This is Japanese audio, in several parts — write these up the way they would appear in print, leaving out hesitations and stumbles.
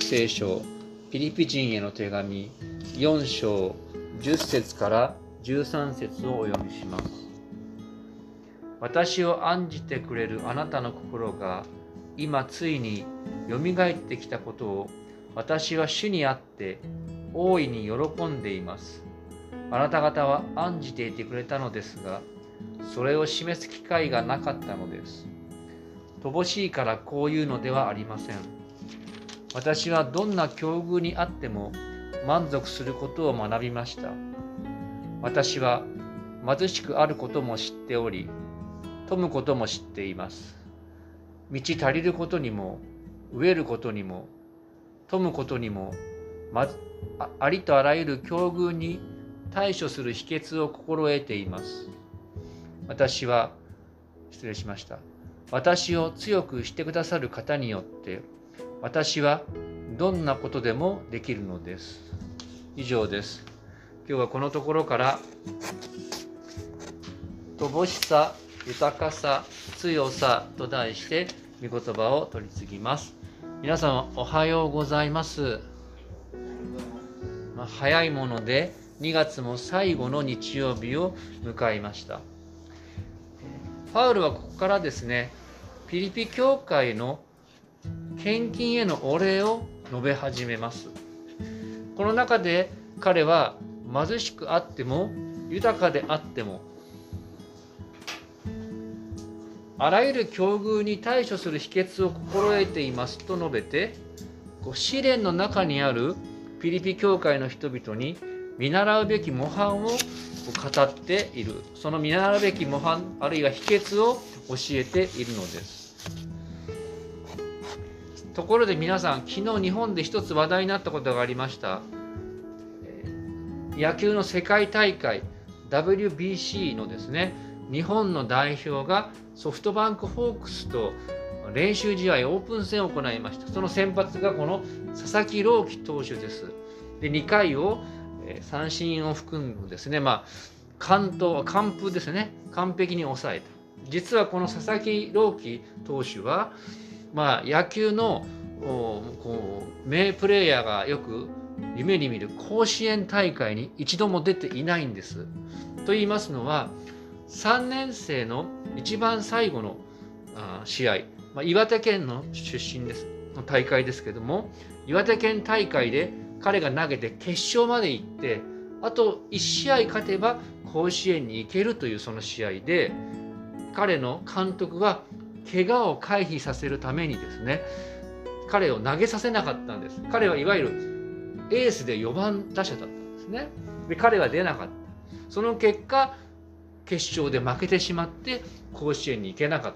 聖書ピリピ人への手紙4章10節から13節をお読みします。私を案じてくれるあなたの心が今ついによみがえってきたことを私は主にあって大いに喜んでいます。あなた方は案じていてくれたのですが、それを示す機会がなかったのです。乏しいからこういうのではありません。私はどんな境遇にあっても満足することを学びました。私は貧しくあることも知っており、富むことも知っています。満ち足りることにも、飢えることにも、富むことにも、ありとあらゆる境遇に対処する秘訣を心得ています。私を強くしてくださる方によって、私はどんなことでもできるのです。以上です。今日はこのところから、乏しさ、豊かさ、強さと題して御言葉を取り次ぎます。皆様おはようございます。早いもので2月も最後の日曜日を迎えました。パウロはここからですね、ピリピ教会の献金へのお礼を述べ始めます。この中で彼は貧しくあっても豊かであってもあらゆる境遇に対処する秘訣を心得ていますと述べて、試練の中にあるピリピ教会の人々に見習うべき模範を語っている。その見習うべき模範あるいは秘訣を教えているのです。ところで皆さん、昨日日本で一つ話題になったことがありました。野球の世界大会 WBC のですね、日本の代表がソフトバンクホークスと練習試合オープン戦を行いました。その先発がこの佐々木朗希投手です。で、2回を三振を含むですね、完封ですね、完璧に抑えた。実はこの佐々木朗希投手は、野球の名プレーヤーがよく夢に見る甲子園大会に一度も出ていないんです。と言いますのは、3年生の一番最後の試合、岩手県の出身ですの大会ですけども、岩手県大会で彼が投げて決勝まで行って、あと1試合勝てば甲子園に行けるというその試合で、彼の監督は怪我を回避させるためにですね、彼を投げさせなかったんです。彼はいわゆるエースで4番打者だったんですね。で、彼は出なかった。その結果、決勝で負けてしまって甲子園に行けなかった。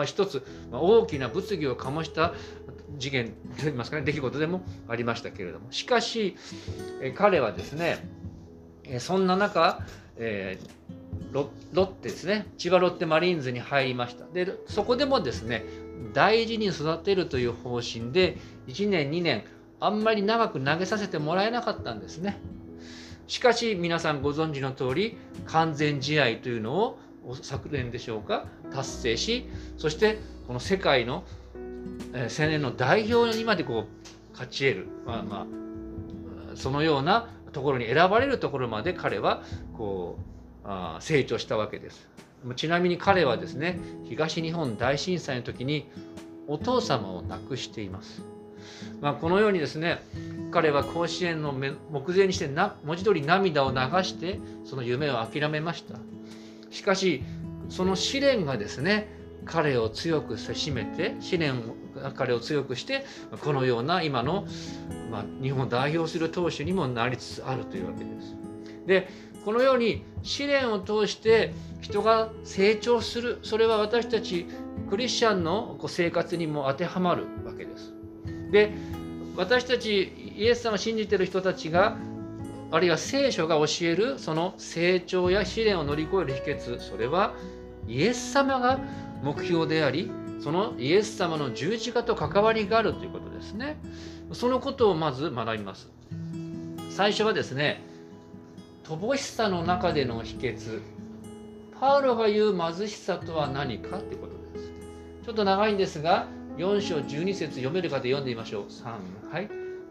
一つ、大きな物議を醸した事件といいますかね、出来事でもありましたけれども、しかし彼はですね、そんな中、ロッテですね、千葉ロッテマリーンズに入りました。で、そこでもですね、大事に育てるという方針で1年2年あんまり長く投げさせてもらえなかったんですね。しかし皆さんご存知の通り、完全試合というのを昨年でしょうか、達成し、そしてこの世界の青年の代表にまで勝ち得る、そのようなところに選ばれるところまで彼は成長したわけです。ちなみに彼はですね、東日本大震災の時にお父様を亡くしています。このようにですね、彼は甲子園の目前にして文字通り涙を流してその夢を諦めました。しかしその試練がですね、彼を強く締めて、彼を強くしてこのような今の、日本を代表する投手にもなりつつあるというわけです。で、このように試練を通して人が成長する、それは私たちクリスチャンの生活にも当てはまるわけです。で、私たちイエス様を信じている人たちが、あるいは聖書が教えるその成長や試練を乗り越える秘訣、それはイエス様が目標であり、そのイエス様の十字架と関わりがあるということですね。そのことをまず学びます。最初はですね、乏しさの中での秘訣、パウロが言う貧しさとは何かということです。ちょっと長いんですが、4章12節読める方で読んでみましょう。3、はい。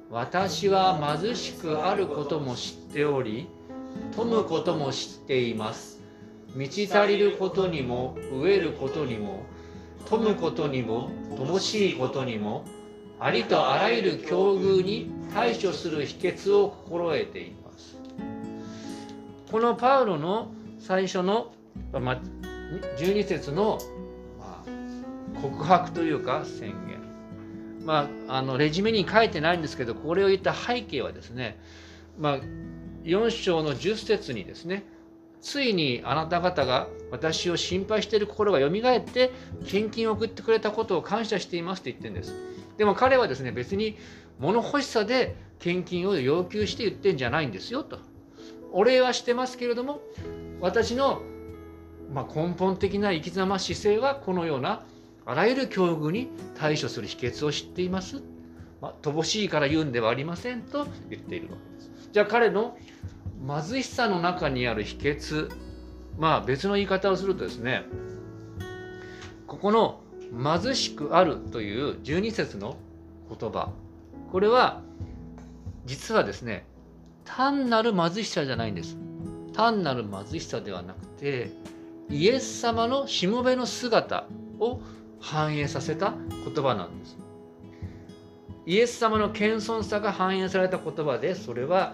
私は貧しくあることも知っており、富むことも知っています。満ち足りることにも飢えることにも富むことにも乏しいことにもありとあらゆる境遇に対処する秘訣を心得ています。このパウロの最初の12節の告白というか宣言、レジュメに書いてないんですけど、これを言った背景はですね、4章の10節にですね、ついにあなた方が私を心配している心がよみがえって献金を送ってくれたことを感謝していますと言ってるんです。でも彼はですね、別に物欲しさで献金を要求して言ってんじゃないんですよと。お礼はしてますけれども、私の根本的な生き様姿勢はこのようなあらゆる境遇に対処する秘訣を知っています。乏しいから言うんではありませんと言っているわけです。じゃあ彼の貧しさの中にある秘訣、別の言い方をするとですね、ここの貧しくあるという12節の言葉、これは実はですね、単なる貧しさじゃないんです。単なる貧しさではなくて、イエス様のしもべの姿を反映させた言葉なんです。イエス様の謙遜さが反映された言葉で、それは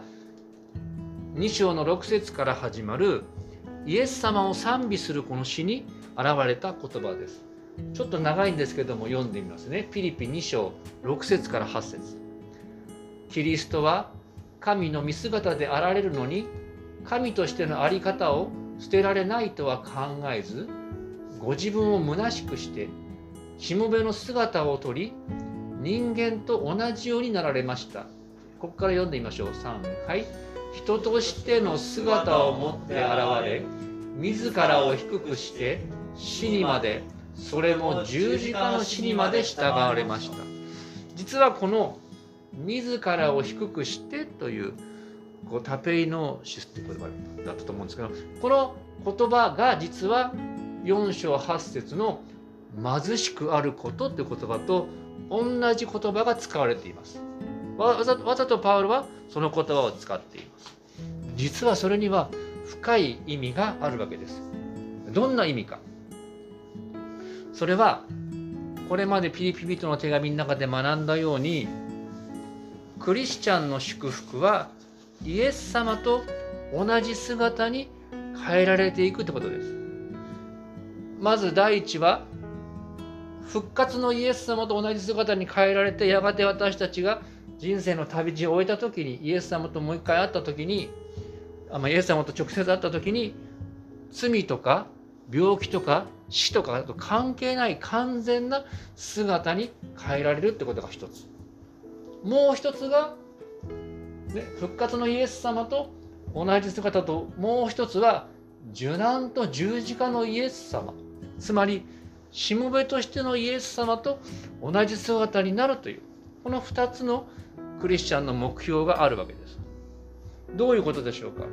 2章の6節から始まるイエス様を賛美するこの詩に現れた言葉です。ちょっと長いんですけども読んでみますね。ピリピ2章6節から8節。キリストは神の見姿であられるのに、神としての在り方を捨てられないとは考えず、ご自分を虚しくしてしもべの姿をとり、人間と同じようになられました。ここから読んでみましょう。3、はい。人としての姿を持って現れ、自らを低くして死にまで、それも十字架の死にまで従われました。実はこの自らを低くしてというタペイノシスという言葉だったと思うんですけど、この言葉が実は4章8節の貧しくあることという言葉と同じ言葉が使われています。わざとパウロはその言葉を使っています。実はそれには深い意味があるわけです。どんな意味か。それはこれまでピリピ人の手紙の中で学んだように、クリスチャンの祝福はイエス様と同じ姿に変えられていくということです。まず第一は復活のイエス様と同じ姿に変えられて、やがて私たちが人生の旅路を終えた時に、イエス様ともう一回会った時に、イエス様と直接会った時に、罪とか病気とか死とかと関係ない完全な姿に変えられるってことが一つ。もう一つが、復活のイエス様と同じ姿と、もう一つは受難と十字架のイエス様、つまりしもべとしてのイエス様と同じ姿になるという、この2つのクリスチャンの目標があるわけです。どういうことでしょうか。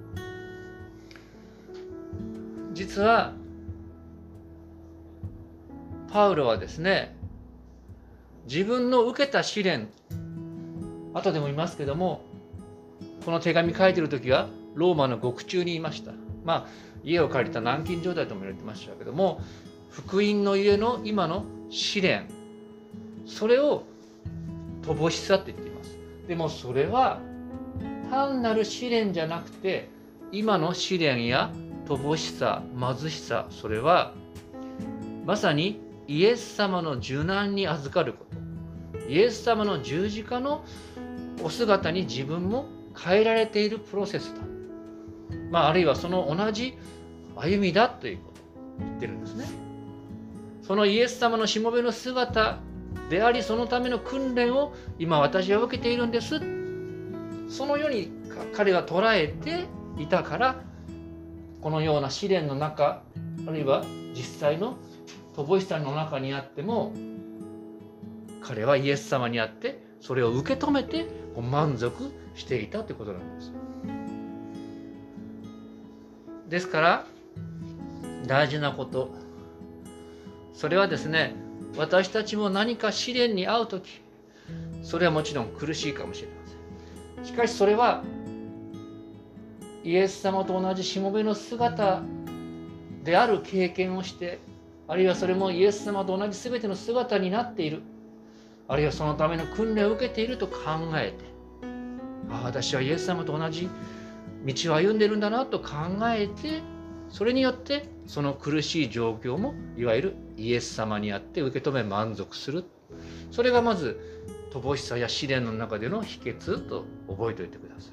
実はパウロはですね、自分の受けた試練、後でも言いますけども、この手紙書いてる時はローマの獄中にいました。家を借りた軟禁状態とも言われてましたけども、福音の家の今の試練、それを乏しさって言っています。でもそれは単なる試練じゃなくて、今の試練や乏しさ、貧しさ、それはまさにイエス様の受難に預かること、イエス様の十字架のお姿に自分も変えられているプロセスだ。あるいはその同じ歩みだということを言ってるんですね。そのイエス様のしもべの姿であり、そのための訓練を今私は受けているんです。そのように彼は捉えていたから、このような試練の中、あるいは実際の乏しさの中にあっても、彼はイエス様にあってそれを受け止めて満足していたということなんです。ですから大事なこと、それはですね、私たちも何か試練に遭うとき、 それはもちろん苦しいかもしれません。しかしそれはイエス様と同じしもべの姿である経験をして、あるいはそれもイエス様と同じ全ての姿になっている、あるいはそのための訓練を受けていると考えて、私はイエス様と同じ道を歩んでるんだなと考えて、それによってその苦しい状況もいわゆるイエス様にあって受け止め満足する。それがまず乏しさや試練の中での秘訣と覚えておいてください。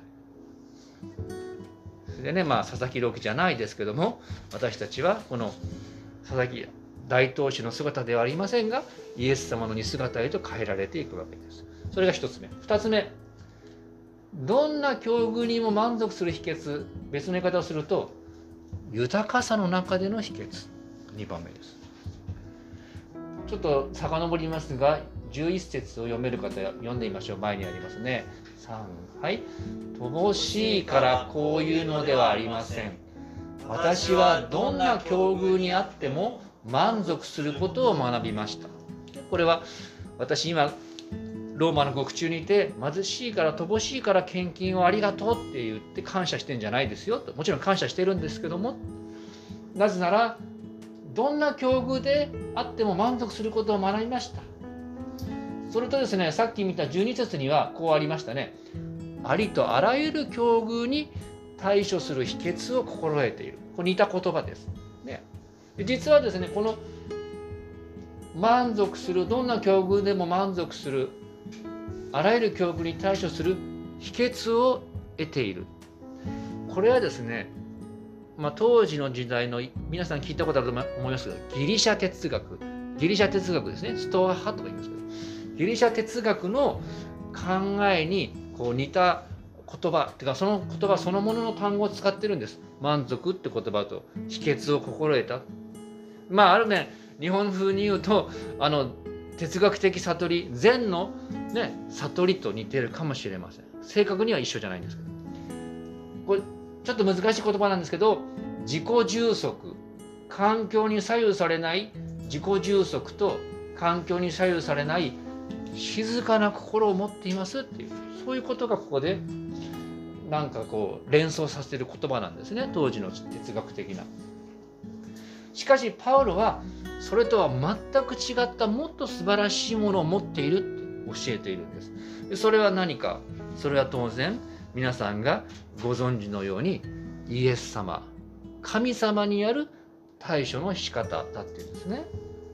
それでね、佐々木朗希じゃないですけども、私たちはこの佐々木大投手の姿ではありませんが、イエス様の似姿へと変えられていくわけです。それが一つ目。二つ目、どんな境遇にも満足する秘訣、別の言い方をすると豊かさの中での秘訣。2番目です。ちょっと遡りますが、11節を読める方読んでみましょう。前にありますね。3、はい。乏しいからこういうのではありません。私はどんな境遇にあっても満足することを学びました。これは私今ローマの獄中にいて、貧しいから乏しいから献金をありがとうって言って感謝してんじゃないですよと。もちろん感謝してるんですけども、なぜならどんな境遇であっても満足することを学びました。それとですね、さっき見た12節にはこうありましたね。ありとあらゆる境遇に対処する秘訣を心得ている。これ似た言葉です、ね。実はですね、この満足する、どんな境遇でも満足する、あらゆる境遇に対処する秘訣を得ている。これはですね、当時の時代の皆さん聞いたことあると思いますが、ギリシャ哲学ですね。ストア派とか言いますけど、ギリシャ哲学の考えにこう似た言葉っていうか、その言葉そのものの単語を使ってるんです。満足って言葉と秘訣を心得た。ある面日本風に言うと哲学的悟り、禅の、悟りと似ているかもしれません。正確には一緒じゃないんですけど、これちょっと難しい言葉なんですけど、自己充足、環境に左右されない自己充足と環境に左右されない静かな心を持っていますっていう、そういうことがここでなんかこう連想させる言葉なんですね、当時の哲学的な。しかしパウロはそれとは全く違ったもっと素晴らしいものを持っているって教えているんです。でそれは何か。それは当然皆さんがご存知のようにイエス様、神様にある対処の仕方だっていうんですね。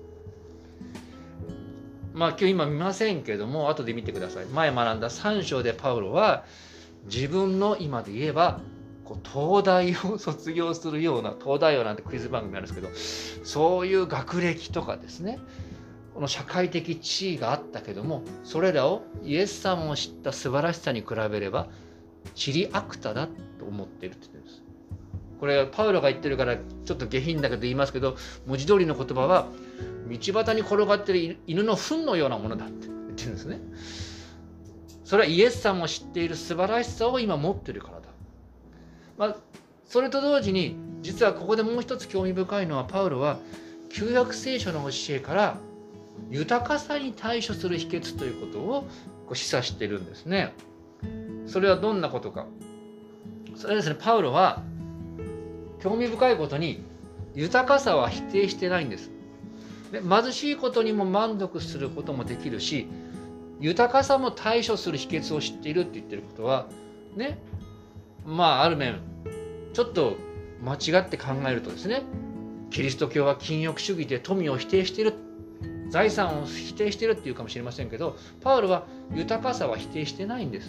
今日見ませんけども、後で見てください。前学んだ3章でパウロは自分の今で言えば東大を卒業するような、東大王なんてクイズ番組あるんですけど、そういう学歴とかですね、この社会的地位があったけども、それらをイエス様を知った素晴らしさに比べればチリアクタだと思っているって言ってるんです。これパウロが言ってるからちょっと下品だけど言いますけど、文字通りの言葉は道端に転がってる犬の糞のようなものだって言ってるんですね。それはイエス様を知っている素晴らしさを今持っているからだ。それと同時に実はここでもう一つ興味深いのは、パウロは旧約聖書の教えから豊かさに対処する秘訣ということを示唆しているんですね。それはどんなことか。それはですね、パウロは興味深いことに豊かさは否定してないんです。で、貧しいことにも満足することもできるし、豊かさも対処する秘訣を知っているって言ってることはね、ある面ちょっと間違って考えるとですね、キリスト教は禁欲主義で富を否定している、財産を否定しているっていうかもしれませんけど、パウロは豊かさは否定してないんです。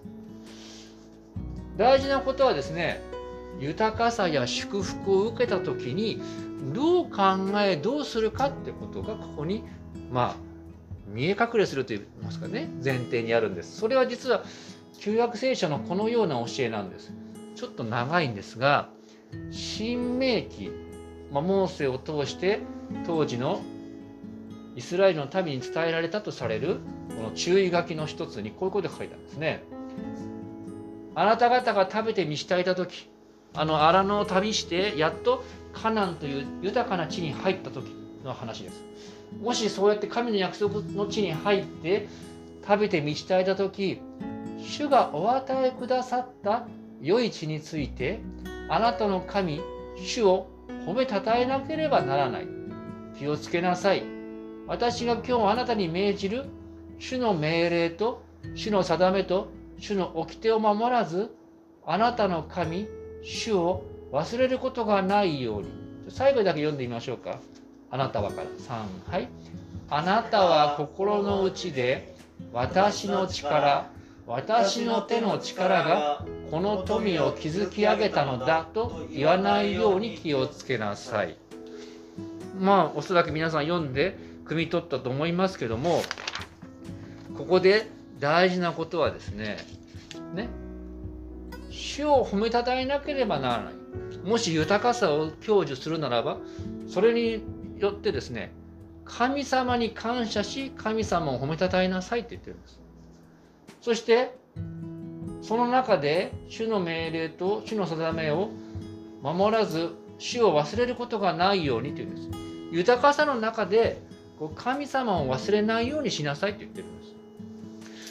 大事なことはですね、豊かさや祝福を受けた時にどう考えどうするかってことがここに見え隠れするといいますかね、前提にあるんです。それは実は旧約聖書のこのような教えなんです。ちょっと長いんですが、新明記、モーセを通して当時のイスラエルの民に伝えられたとされるこの注意書きの一つにこういうことが書いてあるんですね。あなた方が食べて満ち足りた時、荒野を旅してやっとカナンという豊かな地に入った時の話です。もしそうやって神の約束の地に入って食べて満ち足りた時、主がお与えくださった良い地について、あなたの神、主を褒めたたえなければならない。気をつけなさい。私が今日あなたに命じる主の命令と主の定めと主の掟を守らず、あなたの神、主を忘れることがないように。最後だけ読んでみましょうか。あなたはから3、はい。あなたは心の内で私の力、私の手の力がこの富を築き上げたのだと言わないように気をつけなさい。まあおそらく皆さん読んで汲み取ったと思いますけども、ここで大事なことはですね、主を褒めたたえなければならない。もし豊かさを享受するならば、それによってですね、神様に感謝し、神様を褒めたたえなさいって言ってるんです。そしてその中で主の命令と主の定めを守らず、主を忘れることがないようにというんです。豊かさの中で神様を忘れないようにしなさいって言ってるんです。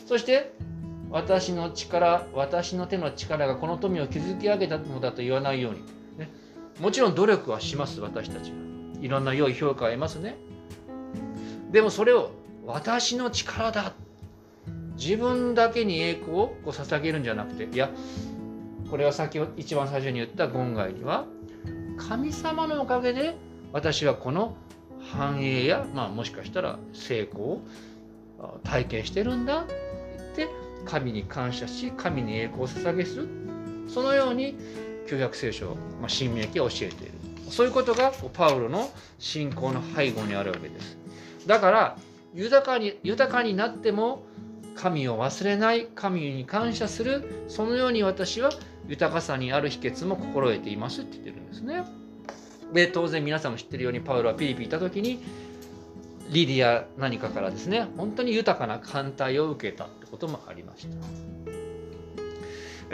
そして私の力、私の手の力がこの富を築き上げたのだと言わないように、もちろん努力はします。私たちはいろんな良い評価を得ますね。でもそれを私の力だ、自分だけに栄光を捧げるんじゃなくて、いや、これは先ほど一番最初に言った言外には、神様のおかげで私はこの繁栄や、もしかしたら成功を体験してるんだって言って、神に感謝し、神に栄光を捧げする。そのように旧約聖書、申命記は教えている。そういうことがパウロの信仰の背後にあるわけです。だから豊かになっても神を忘れない、神に感謝する、そのように私は豊かさにある秘訣も心得ていますって言ってるんですね。で、当然皆さんも知ってるように、パウロはピリピに行った時にリディア何かからですね、本当に豊かな歓待を受けたってこともありました。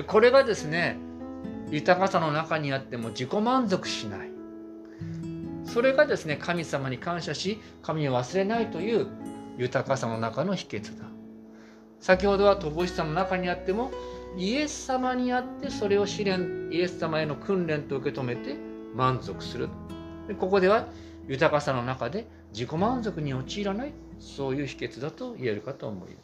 これがですね、豊かさの中にあっても自己満足しない、それがですね、神様に感謝し神を忘れないという豊かさの中の秘訣だ。先ほどは乏しさの中にあってもイエス様にあって、それを試練、イエス様への訓練と受け止めて満足する。でここでは豊かさの中で自己満足に陥らない、そういう秘訣だと言えるかと思い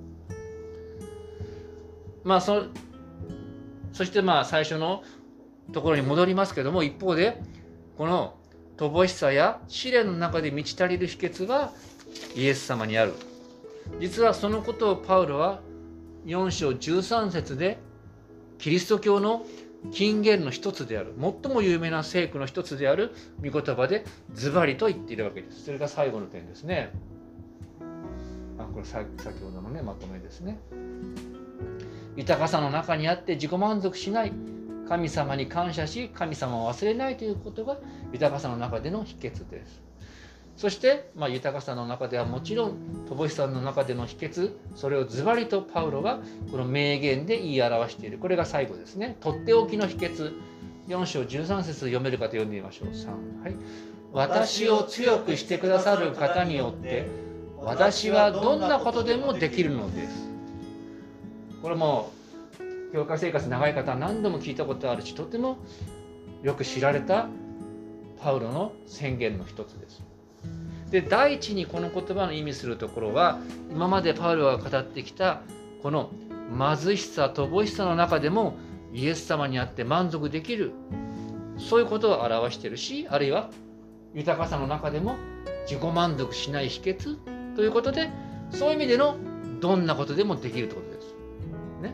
ます。そして最初のところに戻りますけども、一方でこの乏しさや試練の中で満ち足りる秘訣はイエス様にある。実はそのことをパウロは4章13節でキリスト教の金言の一つである、最も有名な聖句の一つである御言葉でズバリと言っているわけです。それが最後の点ですね。これ先ほどのまとめですね。豊かさの中にあって自己満足しない、神様に感謝し神様を忘れないということが豊かさの中での秘訣です。そして、豊かさの中ではもちろん乏しさの中での秘訣、それをズバリとパウロがこの名言で言い表している。これが最後ですね。とっておきの秘訣、4章13節読めるかと読んでみましょう。3、はい。私を強くしてくださる方によって私はどんなことでもできるのです。これも教会生活長い方は何度も聞いたことあるし、とてもよく知られたパウロの宣言の一つです。で、第一にこの言葉の意味するところは、今までパウロが語ってきたこの貧しさ、乏しさの中でもイエス様にあって満足できる、そういうことを表しているし、あるいは豊かさの中でも自己満足しない秘訣ということで、そういう意味でのどんなことでもできるということですね。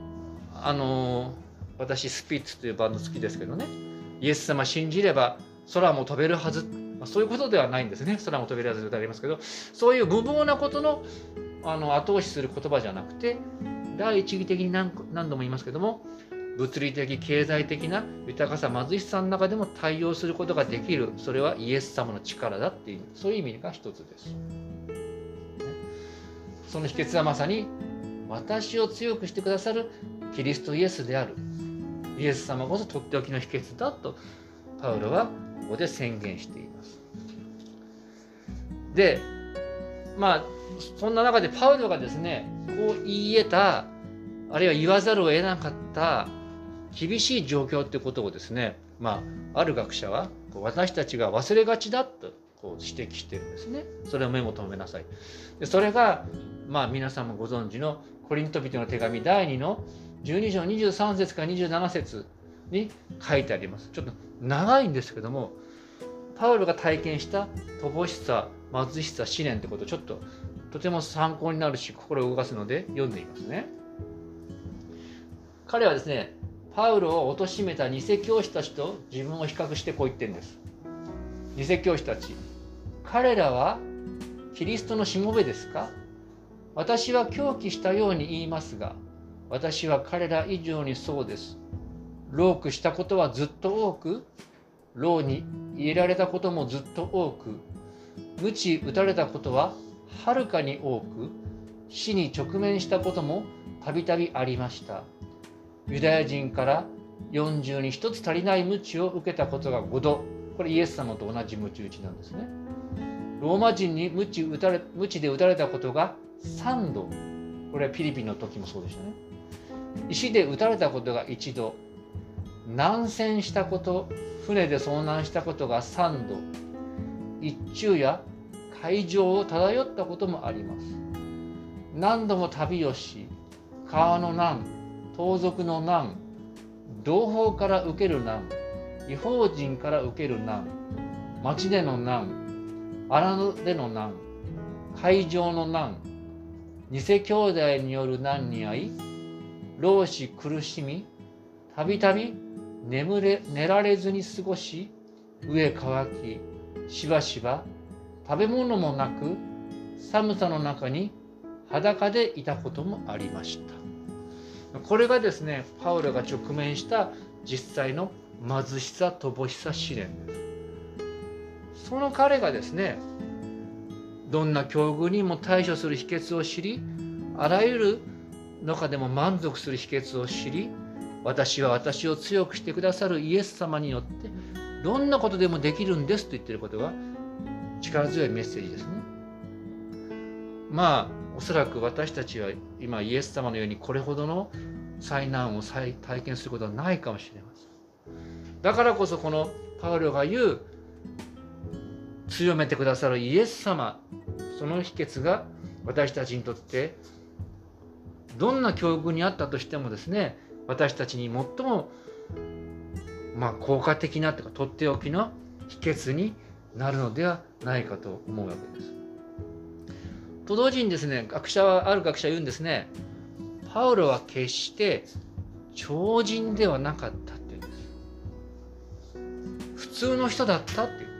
私スピッツというバンド好きですけどね、イエス様信じれば空も飛べるはず、そういうことではないんですね。空も飛べるはずとありますけど、そういう無謀なことの後押しする言葉じゃなくて、第一義的に何度も言いますけども、物理的経済的な豊かさ貧しさの中でも対応することができる、それはイエス様の力だっていう、そういう意味が一つです。その秘訣はまさに私を強くしてくださるキリストイエスである。イエス様こそとっておきの秘訣だとパウロはここで宣言しています。で、 そんな中でパウロがですね、こう言い得た、あるいは言わざるを得なかった厳しい状況ということをですね、ある学者は私たちが忘れがちだとこう指摘してるんですね。それを目も留めなさい。でそれが、皆さんもご存知のコリント人の手紙第2の12章23節から27節に書いてあります。ちょっと長いんですけども、パウロが体験した乏しさ、貧しさ、試練ということをちょっととても参考になるし心を動かすので読んでいますね。彼はですね、パウロを貶めた偽教師たちと自分を比較してこう言ってるんです。偽教師たち、彼らはキリストのしもべですか？私は狂気したように言いますが、私は彼ら以上にそうです。労苦したことはずっと多く、牢に入れられたこともずっと多く、鞭打たれたことははるかに多く、死に直面したこともたびたびありました。ユダヤ人から40に1つ足りない鞭を受けたことが5度。これイエス様と同じ鞭打ちなんですね。ローマ人に鞭で打たれたことが3度。これはフィリピンの時もそうでしたね。石で打たれたことが1度。難戦したこと、船で遭難したことが3度。一昼夜海上を漂ったこともあります。何度も旅をし、川の難、盗賊の難、同胞から受ける難、異邦人から受ける難、町での難、荒野での難、海上の難、偽兄弟による難に遭い、労し苦しみ、たびたび寝られずに過ごし、飢え渇き、しばしば食べ物もなく、寒さの中に裸でいたこともありました。これがですね、パウロが直面した実際の貧しさ、乏しさ、試練です。その彼がですね、どんな境遇にも対処する秘訣を知り、あらゆる中でも満足する秘訣を知り、私は私を強くしてくださるイエス様によってどんなことでもできるんですと言っていることが力強いメッセージですね。おそらく私たちは今イエス様のようにこれほどの災難を体験することはないかもしれません。だからこそこのパウロが言う強めてくださるイエス様、その秘訣が私たちにとってどんな境遇にあったとしてもですね、私たちに最も効果的なというかとっておきの秘訣になるのではないかと思うわけです。と同時にですね、ある学者は言うんですね。パウロは決して超人ではなかったっていうんです。普通の人だったっていうんです。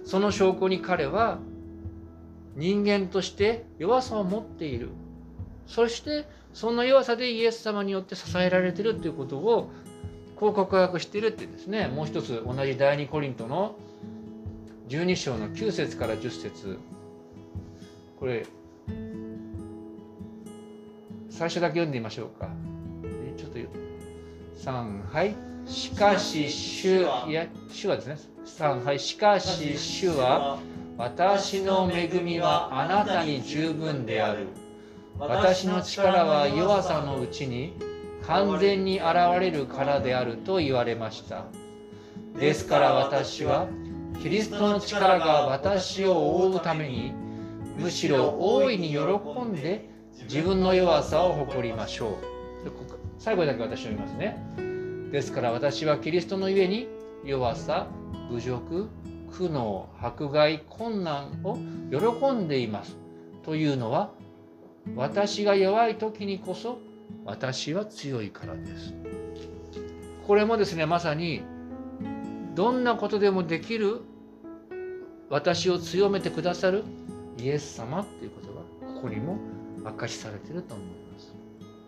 その証拠に彼は人間として弱さを持っている。そしてその弱さでイエス様によって支えられているということをこう告白しているっていうんですね。もう一つ同じ第2コリントの12章の9節から10節。これ最初だけ読んでみましょうか。ちょっと3、はい。しかし主はですね。3、はい。しかし主は私の恵みはあなたに十分である。私の力は弱さのうちに完全に現れるからであると言われました。ですから私はキリストの力が私を覆うためにむしろ大いに喜んで自分の弱さを誇りましょう。最後だけ私読みますね。ですから私はキリストのゆえに弱さ、侮辱、苦悩、迫害、困難を喜んでいます。というのは私が弱い時にこそ私は強いからです。これもですね、まさにどんなことでもできる私を強めてくださるイエス様っていうことがここにも明かしされていると思います。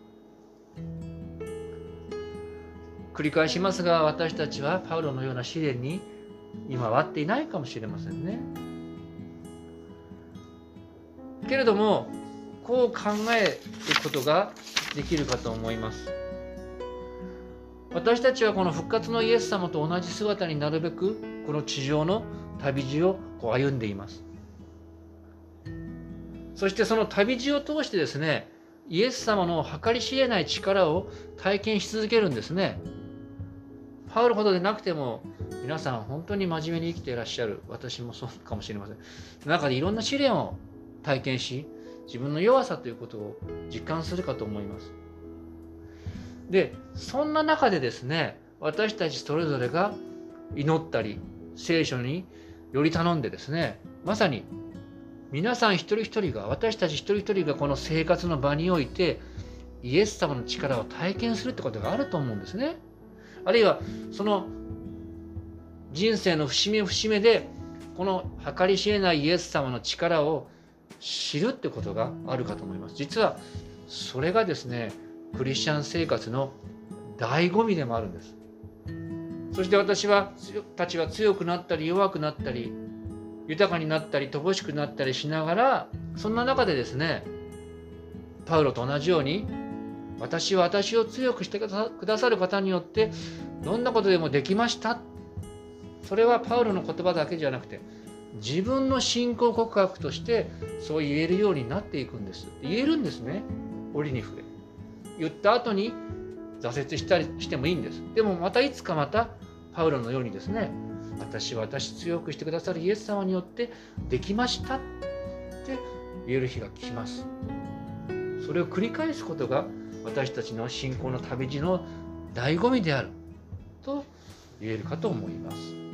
繰り返しますが、私たちはパウロのような試練に今は遭っていないかもしれませんね。けれどもこう考えることができるかと思います。私たちはこの復活のイエス様と同じ姿になるべくこの地上の旅路を歩んでいます。 そしてその旅路を通してですね、イエス様の計り知れない力を体験し続けるんですね。パウロほどでなくても、皆さん本当に真面目に生きていらっしゃる。私もそうかもしれません。中でいろんな試練を体験し、自分の弱さということを実感するかと思います。で、そんな中でですね、私たちそれぞれが祈ったり、聖書により頼んでですね、まさに皆さん一人一人が、私たち一人一人がこの生活の場において、イエス様の力を体験するってことがあると思うんですね。あるいは、その人生の節目節目で、この計り知れないイエス様の力を知るってことがあるかと思います。実は、それがですね、クリスチャン生活の醍醐味でもあるんです。そして私たちは強くなったり弱くなったり豊かになったり乏しくなったりしながら、そんな中でですね、パウロと同じように、私は私を強くしてくださる方によってどんなことでもできました。それはパウロの言葉だけじゃなくて、自分の信仰告白としてそう言えるようになっていくんです。言えるんですね。折に触れ言った後に挫折したりしてもいいんです。でもまたいつかまたパウロのようにですね、私は私強くしてくださるイエス様によってできましたって言える日が来ます。それを繰り返すことが私たちの信仰の旅路の醍醐味であると言えるかと思います。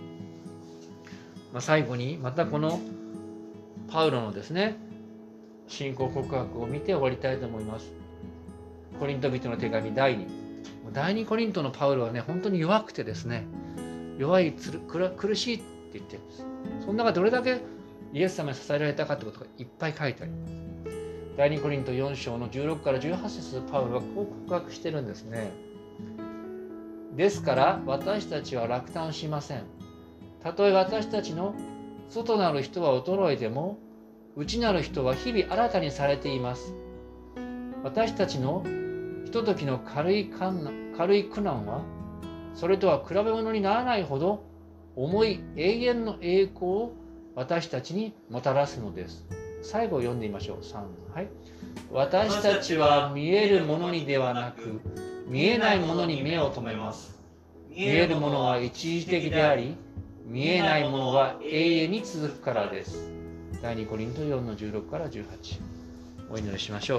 最後にまたこのパウロのですね、信仰告白を見て終わりたいと思います。コリント人の手紙第2コリントのパウロはね、本当に弱くてですね、弱い苦しいって言ってるんです。その中でどれだけイエス様に支えられたかってことがいっぱい書いてあります。第2コリント4章の16から18節、パウロはこう告白してるんですね。ですから私たちは落胆しません。たとえ私たちの外なる人は衰えても、内なる人は日々新たにされています。私たちのひとときの軽い苦難は、それとは比べ物にならないほど重い永遠の栄光を私たちにもたらすのです。最後を読んでみましょう。3、はい。私たちは見えるものにではなく、見えないものに目を留めます。見えるものは一時的であり、見えないものは永遠に続くからです。第2コリント4の16から18。お祈りしましょう。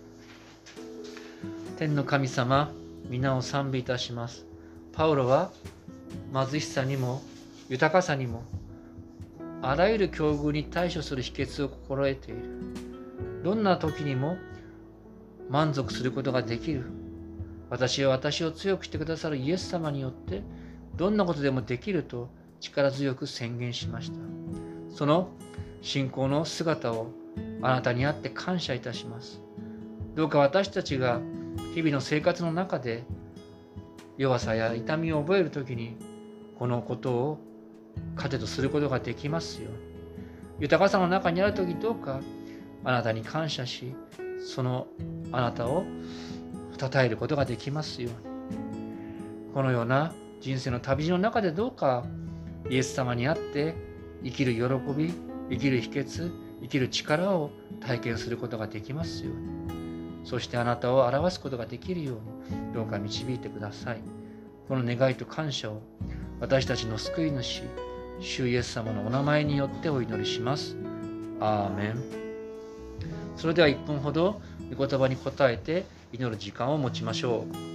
天の神様、皆を賛美いたします。パウロは貧しさにも豊かさにもあらゆる境遇に対処する秘訣を心得ている。どんな時にも満足することができる。私は私を強くしてくださるイエス様によってどんなことでもできると力強く宣言しました。その信仰の姿をあなたにあって感謝いたします。どうか私たちが日々の生活の中で弱さや痛みを覚えるときにこのことを糧とすることができますように。豊かさの中にあるとき、どうかあなたに感謝し、そのあなたを称えることができますように。このような人生の旅路の中でどうかイエス様にあって生きる喜び、生きる秘訣、生きる力を体験することができますように。そしてあなたを表すことができるようにどうか導いてください。この願いと感謝を私たちの救い主、主イエス様のお名前によってお祈りします。アーメン。それでは1分ほど御言葉に答えて祈る時間を持ちましょう。